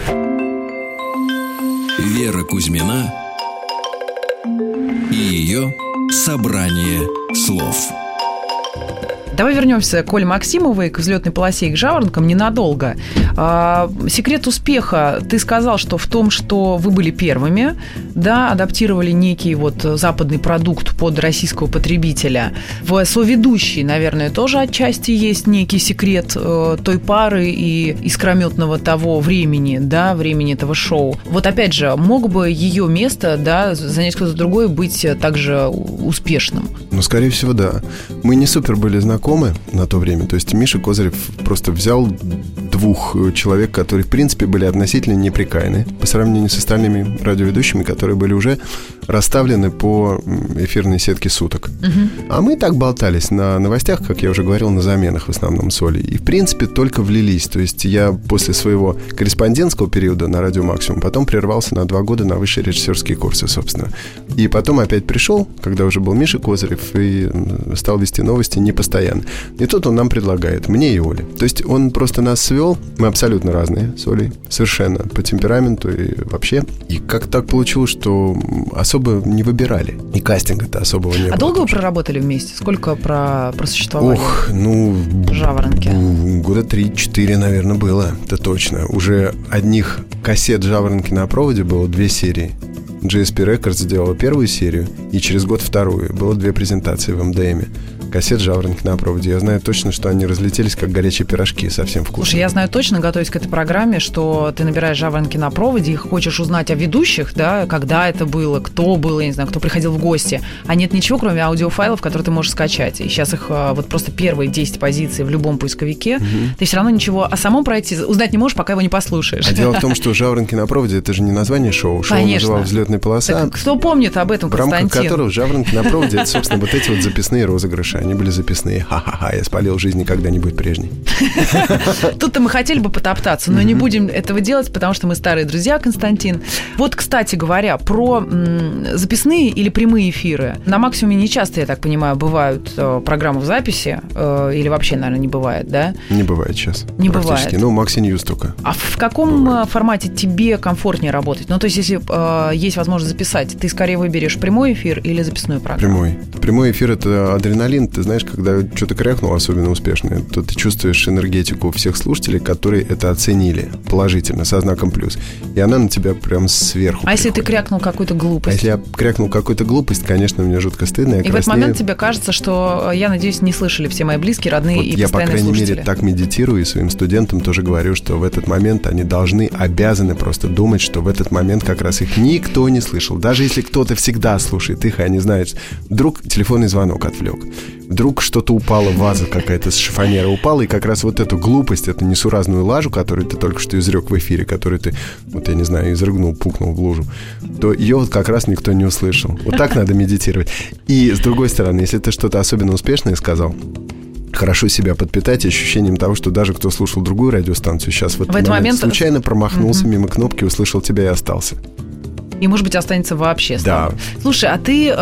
Вера Кузьмина и ее «Собрание слов». Давай вернемся к Оле Максимовой, к взлетной полосе и к жаворонкам ненадолго. Секрет успеха, ты сказал, что в том, что вы были первыми, да, адаптировали некий вот западный продукт под российского потребителя. В соведущей, наверное, тоже отчасти есть некий секрет той пары и искрометного того времени, да, времени этого шоу. Вот опять же, мог бы ее место, да, занять кто-то другой, быть также успешным? Ну, скорее всего, да. Мы не супер были знакомы на то время. То есть Миша Козырев просто взял двух человек, которые, в принципе, были относительно неприкаяны по сравнению с остальными радиоведущими, которые были уже расставлены по эфирной сетке суток. А мы так болтались на новостях, как я уже говорил, на заменах в основном с Олей. И, в принципе, только влились. То есть я после своего корреспондентского периода на Радио Максимум потом прервался на 2 года на высшие режиссерские курсы, собственно. И потом опять пришел, когда уже был Миша Козырев, и стал вести новости не постоянно. И тут он нам предлагает, мне и Оле. То есть он просто нас свел, мы абсолютно разные с Олей, совершенно по темпераменту и вообще. И как так получилось, что особо не выбирали. И кастинга-то особого не было. А долго вы проработали вместе? Сколько просуществовали? Жаворонки? Года 3-4, наверное, было. Это точно. Уже одних кассет «Жаворонки на проводе» было 2 серии. GSP Records сделала 1 серию, и через год 2. Было 2 презентации в МДМе. Кассет «Жаворонки на проводе». Я знаю точно, что они разлетелись, как горячие пирожки, совсем вкусно. Слушай, я знаю точно, готовясь к этой программе, что ты набираешь «Жаворонки на проводе» и хочешь узнать о ведущих, да, когда это было, кто был, я не знаю, кто приходил в гости. А нет ничего, кроме аудиофайлов, которые ты можешь скачать. И сейчас их вот просто первые 10 позиций в любом поисковике. Ты все равно ничего о самом проекте узнать не можешь, пока его не послушаешь. А дело в том, что «Жаворонки на проводе» — это же не название шоу. Шоу называлось «Взлетная полоса». Так кто помнит об этом, Константин? В рамках которого «Жаворонки на проводе» — это, собственно, вот эти вот записные розыгрыши. Они были записные. Ха-ха-ха, я спалил жизнь никогда не будет прежней. Тут-то мы хотели бы потоптаться, но не будем этого делать, потому что мы старые друзья, Константин. Вот, кстати говоря, про записные или прямые эфиры. На Максимуме не часто, я так понимаю, бывают программы в записи, или вообще, наверное, не бывает, да? Не бывает сейчас. Не бывает. Ну, Макси Ньюс только. А в каком формате тебе комфортнее работать? Ну, то есть, если есть возможность записать, ты скорее выберешь прямой эфир или записную программу? Прямой эфир — это адреналин. Ты знаешь, когда что-то крякнул особенно успешно, то ты чувствуешь энергетику всех слушателей, которые это оценили положительно, со знаком плюс. И она на тебя прям сверху приходит. Если ты крякнул какую-то глупость? А если я крякнул какую-то глупость, конечно, мне жутко стыдно. И в этот момент тебе кажется, что, я надеюсь, не слышали все мои близкие, родные вот и постоянные слушатели. Я, по крайней мере, так медитирую и своим студентам тоже говорю, что в этот момент они обязаны просто думать, что в этот момент как раз их никто не слышал. Даже если кто-то всегда слушает их, и они знают, вдруг телефонный звонок отвлек. Вдруг что-то упало, ваза какая-то с шифонера упала, и как раз вот эту глупость, эту несуразную лажу, которую ты только что изрек в эфире, которую ты, вот я не знаю, изрыгнул, пукнул в лужу, то ее вот как раз никто не услышал. Вот так надо медитировать. И с другой стороны, если ты что-то особенно успешное сказал, хорошо себя подпитать ощущением того, что даже кто слушал другую радиостанцию, сейчас в этот момент случайно промахнулся мимо кнопки, услышал тебя и остался. И, может быть, останется вообще. Да. Слушай, а ты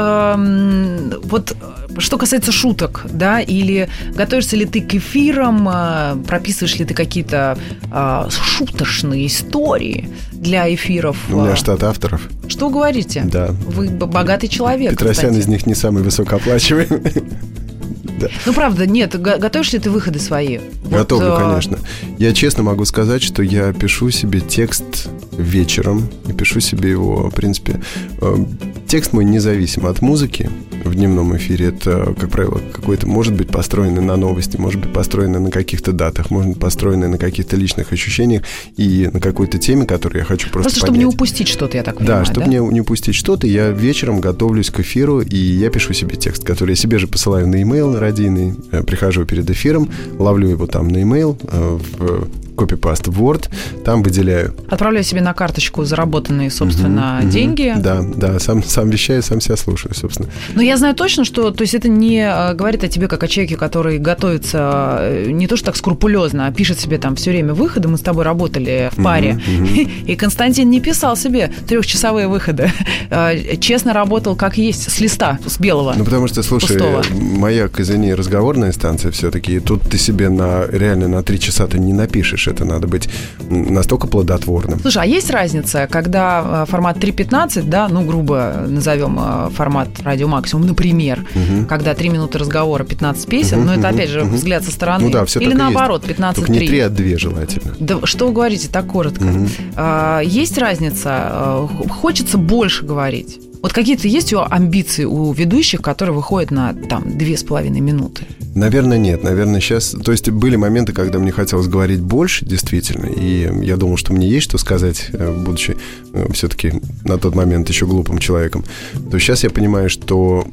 вот что касается шуток, да, или готовишься ли ты к эфирам, прописываешь ли ты какие-то шуточные истории для эфиров? У меня штат авторов. Что вы говорите? Да. Вы богатый человек, Петросян из них не самый высокооплачиваемый. Да. Ну, правда, нет. Готовишь ли ты выходы свои? Готовлю, конечно. Я честно могу сказать, что я пишу себе текст вечером и пишу себе его, в принципе. Текст мой независим от музыки в дневном эфире. Это, как правило, какой-то, может быть, построенный на новости, может быть, построенный на каких-то датах, может быть, построенный на каких-то личных ощущениях и на какой-то теме, которую я хочу просто чтобы не упустить что-то, я так понимаю, да? Чтобы не упустить что-то, я вечером готовлюсь к эфиру, и я пишу себе текст, который я себе же посылаю на e-mail радийный, прихожу перед эфиром, ловлю его там на e-mail, копипаст в Word, там выделяю. Отправляю себе на карточку заработанные, собственно, деньги. Да, сам вещаю, сам себя слушаю, собственно. Но я знаю точно, что, то есть это не говорит о тебе как о человеке, который готовится не то что так скрупулезно, а пишет себе там все время выходы. Мы с тобой работали в паре, и Константин не писал себе 3-часовые выходы. Честно работал как есть, с листа, с белого. Ну, потому что, слушай, пустого. Маяк, извини, разговорная станция все-таки, и тут ты себе реально на 3 часа ты не напишешь. Это надо быть настолько плодотворным. Слушай, а есть разница, когда формат 3.15, да, ну, грубо назовем формат радио максимум, например, когда 3 минуты разговора, 15 песен, но это, опять же, взгляд со стороны. Ну да, все или так наоборот, 15-3. Только не 3, а 2 желательно. Да что вы говорите так коротко? Есть разница? Хочется больше говорить? Вот какие-то есть амбиции у ведущих, которые выходят на там 2,5 минуты? Наверное, нет. Наверное, сейчас... То есть были моменты, когда мне хотелось говорить больше, действительно, и я думал, что мне есть что сказать, будучи все-таки на тот момент еще глупым человеком. То сейчас я понимаю, что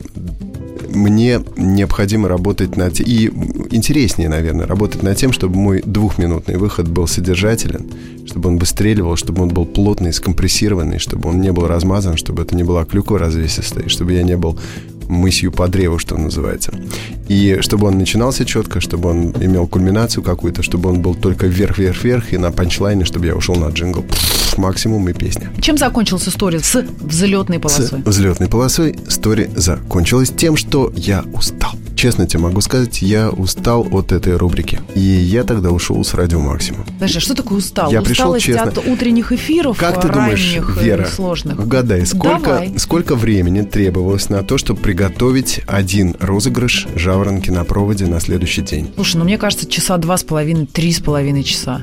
мне необходимо работать над тем, и интереснее, наверное, работать над тем, чтобы мой 2-минутный выход был содержателен, чтобы он выстреливал, чтобы он был плотный, скомпрессированный, чтобы он не был размазан, чтобы это не была клюква развесистая, чтобы я не был мысью по древу, что называется. И чтобы он начинался четко, чтобы он имел кульминацию какую-то, чтобы он был только вверх-вверх-вверх, и на панчлайне, чтобы я ушел на джингл. Максимум и песня. Чем закончился стори с взлетной полосой? С взлетной полосой стори закончилась тем, что я устал. Честно тебе могу сказать, я устал от этой рубрики. И я тогда ушел с радио «Максимум». Подожди, что такое устал? Я пришел, усталость честно. От утренних эфиров, как ты думаешь, Вера, и сложных? Угадай, сколько времени требовалось на то, чтобы приготовить один розыгрыш «Жаворонки на проводе» на следующий день? Слушай, ну мне кажется, часа 2,5, 3,5 часа.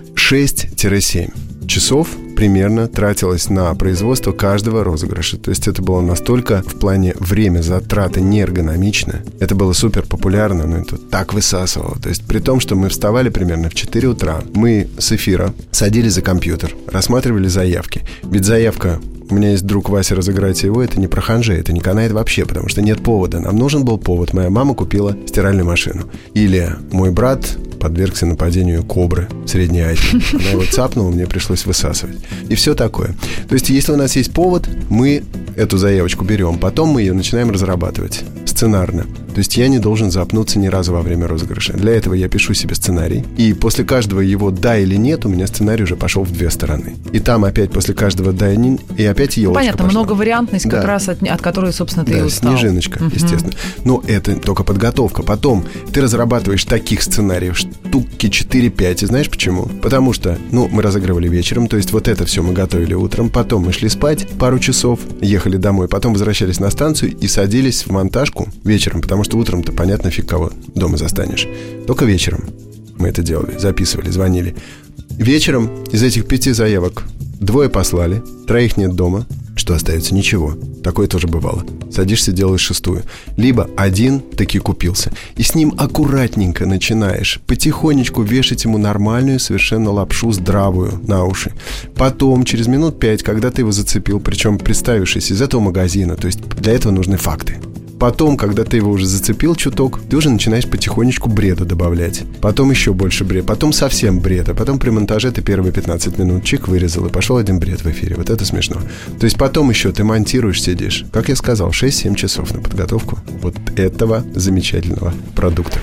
6-7 часов примерно тратилось на производство каждого розыгрыша. То есть это было настолько в плане время затраты неэргономично. Это было супер популярно, но это так высасывало. То есть при том, что мы вставали примерно в 4 утра, мы с эфира садились за компьютер, рассматривали заявки. Ведь заявка... У меня есть друг Вася, разыграйте его. Это не про ханжей, это не канает вообще, потому что нет повода. Нам нужен был повод. Моя мама купила стиральную машину. Или мой брат подвергся нападению кобры в Средней Азии. Она его цапнула, мне пришлось высасывать. И все такое. То есть, если у нас есть повод, мы эту заявочку берем. Потом мы ее начинаем разрабатывать сценарно. То есть я не должен запнуться ни разу во время розыгрыша. Для этого я пишу себе сценарий. И после каждого его «да» или «нет» у меня сценарий уже пошел в 2 стороны. И там опять после каждого «да» и «нет» и опять елочка Понятно, пошла. Многовариантность как раз от которой, собственно, ты и устал. Снежиночка, естественно. Но это только подготовка. Потом ты разрабатываешь таких сценариев штуки 4-5. И знаешь почему? Потому что, мы разыгрывали вечером, то есть вот это все мы готовили утром. Потом мы шли спать пару часов, ехали домой. Потом возвращались на станцию и садились в монтажку вечером, потому что утром-то, понятно, фиг кого дома застанешь. Только вечером мы это делали, записывали, звонили. Вечером из этих 5 заявок 2 послали, 3 нет дома. Что остается? Ничего. Такое тоже бывало. Садишься, делаешь 6-ю. Либо один таки купился. И с ним аккуратненько начинаешь потихонечку вешать ему нормальную совершенно лапшу здравую на уши. Потом, через минут 5, когда ты его зацепил, причем представившись из этого магазина, то есть для этого нужны факты. Потом, когда ты его уже зацепил чуток, ты уже начинаешь потихонечку бреда добавлять. Потом еще больше бреда. Потом совсем бред. А потом при монтаже ты первые 15 минут чик вырезал, и пошел один бред в эфире. Вот это смешно. То есть потом еще ты монтируешь, сидишь. Как я сказал, 6-7 часов на подготовку вот этого замечательного продукта.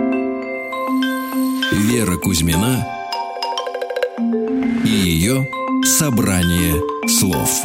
Вера Кузьмина и ее собрание слов.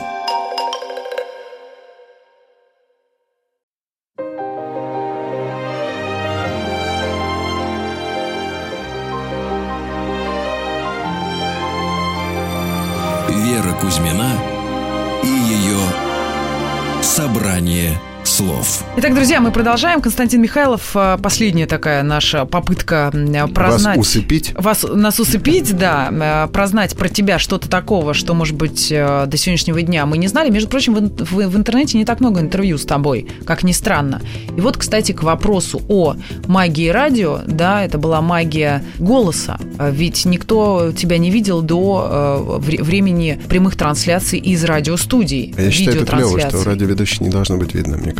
Вера Кузьмина и ее собрание слов. Итак, друзья, мы продолжаем. Константин Михайлов, последняя такая наша попытка прознать... Нас усыпить, да. Прознать про тебя что-то такого, что, может быть, до сегодняшнего дня мы не знали. Между прочим, в интернете не так много интервью с тобой, как ни странно. И вот, кстати, к вопросу о магии радио, да, это была магия голоса. Ведь никто тебя не видел до времени прямых трансляций из радиостудий. Я считаю, это клево, что радиоведущий не должно быть видно, мне кажется.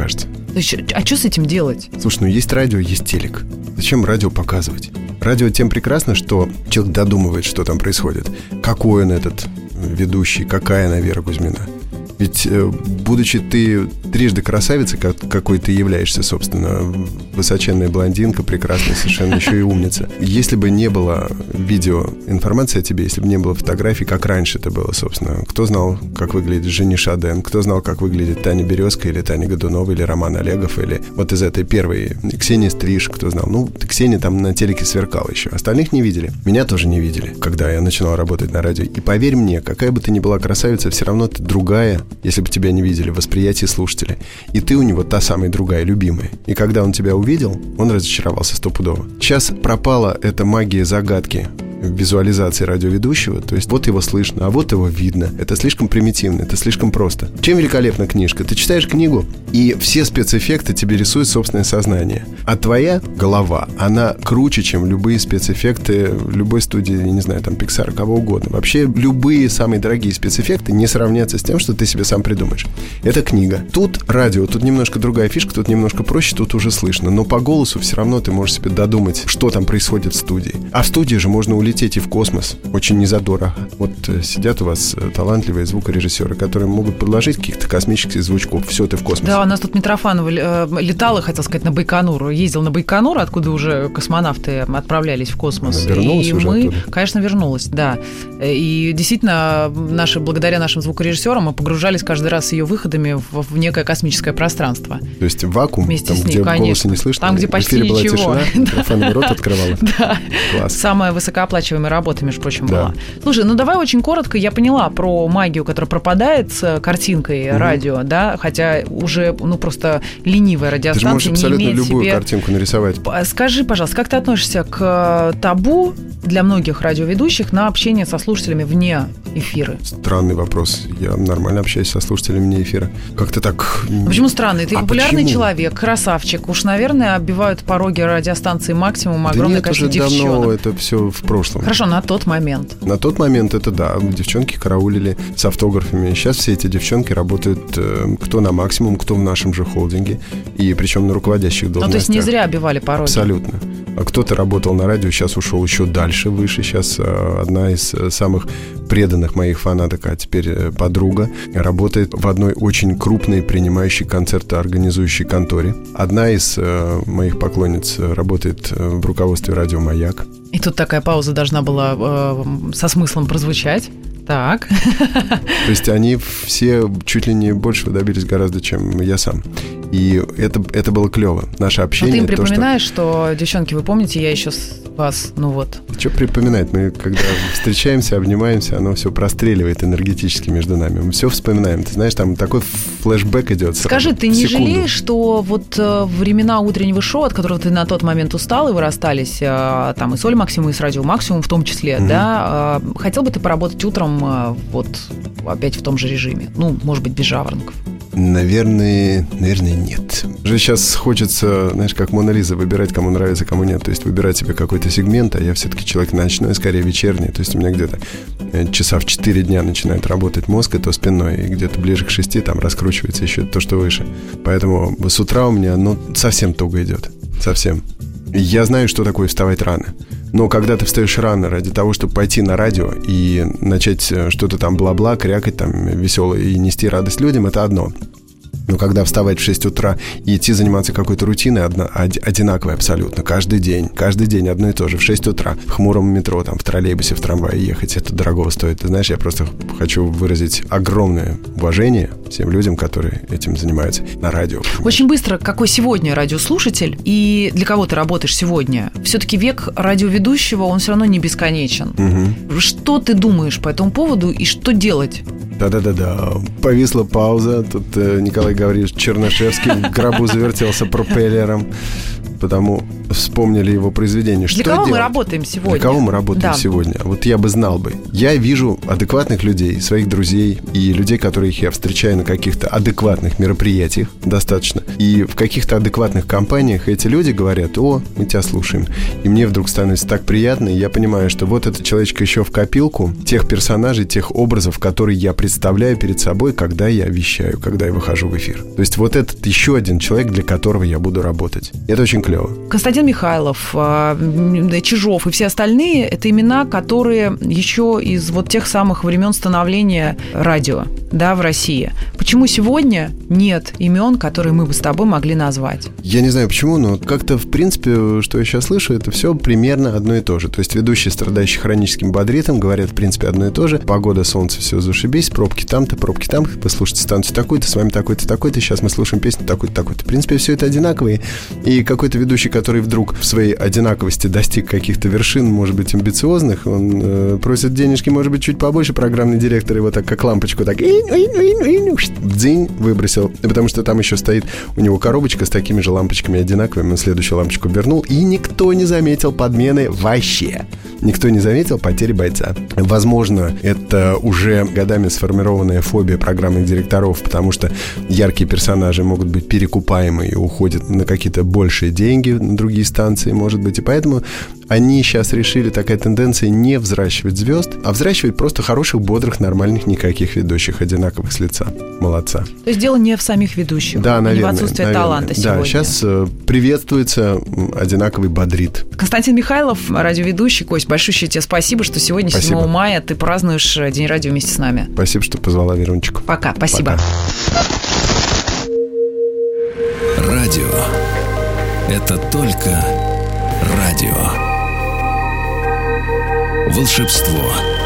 кажется. То есть, а что с этим делать? Слушай, ну есть радио, есть телек. Зачем радио показывать? Радио тем прекрасно, что человек додумывает, что там происходит. Какой он этот ведущий, какая она Вера Кузьмина. Ведь, будучи ты трижды красавицей, какой ты являешься, собственно, высоченная блондинка, прекрасная совершенно, еще и умница. Если бы не было видеоинформации о тебе, если бы не было фотографий, как раньше это было, собственно, кто знал, как выглядит Жени Шаден, кто знал, как выглядит Таня Березка, или Таня Годунова, или Роман Олегов, или вот из этой первой Ксения Стриж, кто знал. Ну, Ксения там на телеке сверкала еще. Остальных не видели. Меня тоже не видели, когда я начинал работать на радио. И поверь мне, какая бы ты ни была красавица, все равно ты другая, если бы тебя не видели в восприятии слушателей. И ты у него та самая другая, любимая. И когда он тебя увидел, он разочаровался стопудово. Сейчас пропала эта магия загадки визуализации радиоведущего. То есть вот его слышно, а вот его видно. Это слишком примитивно, это слишком просто. Чем великолепна книжка? Ты читаешь книгу, и все спецэффекты тебе рисует собственное сознание. А твоя голова, она круче, чем любые спецэффекты в любой студии, я не знаю, там, Pixar, кого угодно. Вообще, любые самые дорогие спецэффекты не сравнятся с тем, что ты себе сам придумаешь. Это книга. Тут радио, тут немножко другая фишка, тут немножко проще, тут уже слышно. Но по голосу все равно ты можешь себе додумать, что там происходит в студии. А в студии же можно улететь и в космос очень незадорого. Вот сидят у вас талантливые звукорежиссеры, которые могут предложить каких-то космических звучков. Все, ты в космосе. Да, у нас тут Митрофанова летала, хотел сказать, на Байконур. Ездил на Байконур, откуда уже космонавты отправлялись в космос. Она вернулась и уже мы, оттуда? конечно, вернулась, да. И действительно, благодаря нашим звукорежиссерам мы погружались каждый раз с ее выходами в некое космическое пространство. То есть вакуум, вместе там, с ней, где конечно. голоса не слышно? Там, где почти в эфире ничего. была тишина, Митрофанова рот открывала. Да. Класс. Самая высокооплачиваемая работа, между прочим, Да. была. Слушай, ну давай очень коротко. Я поняла про магию, которая пропадает с картинкой радио, да, хотя уже, просто ленивая Ты же можешь радиостанция не абсолютно имеет любую себе... картинку нарисовать. Скажи, пожалуйста, как ты относишься к табу для многих радиоведущих на общение со слушателями вне эфира? Странный вопрос. Я нормально общаюсь со слушателями вне эфира. Как-то так... Почему странный? Ты А популярный почему? человек, красавчик. Уж, наверное, оббивают пороги радиостанции «Максимум» Да огромное нет, количество уже девчонок. давно это все в прошлом. Хорошо, на тот момент. На тот момент это да, девчонки караулили с автографами. Сейчас все эти девчонки работают кто на «Максимум», кто в нашем же холдинге. И причем на руководящих Ну, должностях. то есть не зря оббивали пороги. Абсолютно. А кто-то работал на радио, сейчас ушел еще дальше, выше. Сейчас одна из самых преданных моих фанаток, а теперь подруга, работает в одной очень крупной принимающей концерты организующей конторе. Одна из моих поклонниц работает в руководстве радио «Маяк». И тут такая пауза должна была со смыслом прозвучать. Так. То есть они все чуть ли не большего добились гораздо, чем я сам. И это было клево. Наше общение... Но ты им припоминаешь, что, девчонки, вы помните, я еще с вас, Что припоминать? Мы, когда встречаемся, обнимаемся, оно все простреливает энергетически между нами. Мы все вспоминаем. Ты знаешь, там такой флешбэк идет. Скажи, ты не жалеешь, что вот времена утреннего шоу, от которого ты на тот момент устал, и вы расстались, там и с Олей Максимовой, и с радио «Максимум» в том числе, да? Хотел бы ты поработать утром вот опять в том же режиме? Может быть, без жаворонков? Наверное, нет. Уже сейчас хочется, знаешь, как Мона Лиза, выбирать, кому нравится, кому нет. То есть выбирать себе какой-то сегмент, а я все-таки человек ночной, скорее вечерний. То есть у меня где-то часа в 4 дня начинает работать мозг, и то спинной, и где-то ближе к 6 там раскручивается еще то, что выше. Поэтому с утра у меня, совсем туго идет. Совсем. Я знаю, что такое вставать рано. Но когда ты встаешь рано ради того, чтобы пойти на радио и начать что-то там бла-бла, крякать там веселое и нести радость людям, это одно. Но когда вставать в 6 утра и идти заниматься какой-то рутиной одинаковой абсолютно, каждый день одно и то же, в 6 утра, в хмуром метро, там, в троллейбусе, в трамвае ехать, это дорого стоит. Ты знаешь, я просто хочу выразить огромное уважение всем людям, которые этим занимаются на радио. Очень быстро, какой сегодня радиослушатель и для кого ты работаешь сегодня? Все-таки век радиоведущего, он все равно не бесконечен. Угу. Что ты думаешь по этому поводу и что делать? Да-да-да-да. Повисла пауза. Тут Николай Гаврилович Чернышевский в гробу завертелся пропеллером. потому вспомнили его произведение. Для кого мы работаем сегодня? Для кого мы работаем сегодня? Вот я бы знал бы. Я вижу адекватных людей, своих друзей и людей, которых я встречаю на каких-то адекватных мероприятиях достаточно. И в каких-то адекватных компаниях эти люди говорят: о, мы тебя слушаем. И мне вдруг становится так приятно, и я понимаю, что вот этот человечек еще в копилку тех персонажей, тех образов, которые я представляю перед собой, когда я вещаю, когда я выхожу в эфир. То есть вот этот еще один человек, для которого я буду работать. Это очень клево. Константин Михайлов, Чижов и все остальные — это имена, которые еще из вот тех самых времен становления радио, да, в России. Почему сегодня нет имен, которые мы бы с тобой могли назвать? Я не знаю почему, но как-то, в принципе, что я сейчас слышу, это все примерно одно и то же. То есть ведущие, страдающие хроническим бодритом, говорят, в принципе, одно и то же. Погода, солнце, все, зашибись, пробки там-то, послушайте станцию такую-то, с вами такой-то, такой-то, сейчас мы слушаем песню такой-то, такой-то. В принципе, все это одинаковые. И какой-то ведущий, который вдруг в своей одинаковости достиг каких-то вершин, может быть, амбициозных, он просит денежки, может быть, чуть побольше, программный директор его так, как лампочку, так дзинь выбросил, потому что там еще стоит у него коробочка с такими же лампочками одинаковыми, он следующую лампочку вернул, и никто не заметил подмены вообще. Никто не заметил потери бойца. Возможно, это уже годами сформированная фобия программных директоров, потому что яркие персонажи могут быть перекупаемы и уходят на какие-то большие деньги на другие станции, может быть, и поэтому они сейчас решили, такая тенденция, не взращивать звезд, а взращивать просто хороших, бодрых, нормальных, никаких ведущих, одинаковых с лица. Молодца. То есть дело не в самих ведущих, да, наверное, не в отсутствии таланта сегодня. Да, сейчас приветствуется одинаковый бодрит. Константин Михайлов, радиоведущий. Кость, большущее тебе спасибо, что сегодня, 7 мая, ты празднуешь День радио вместе с нами. Спасибо, что позвала, Верунчик. Пока, спасибо. Пока. Радио – это только радио. Волшебство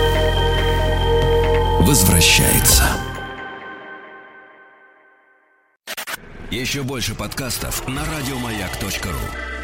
возвращается. Еще больше подкастов на радиомаяк.ру.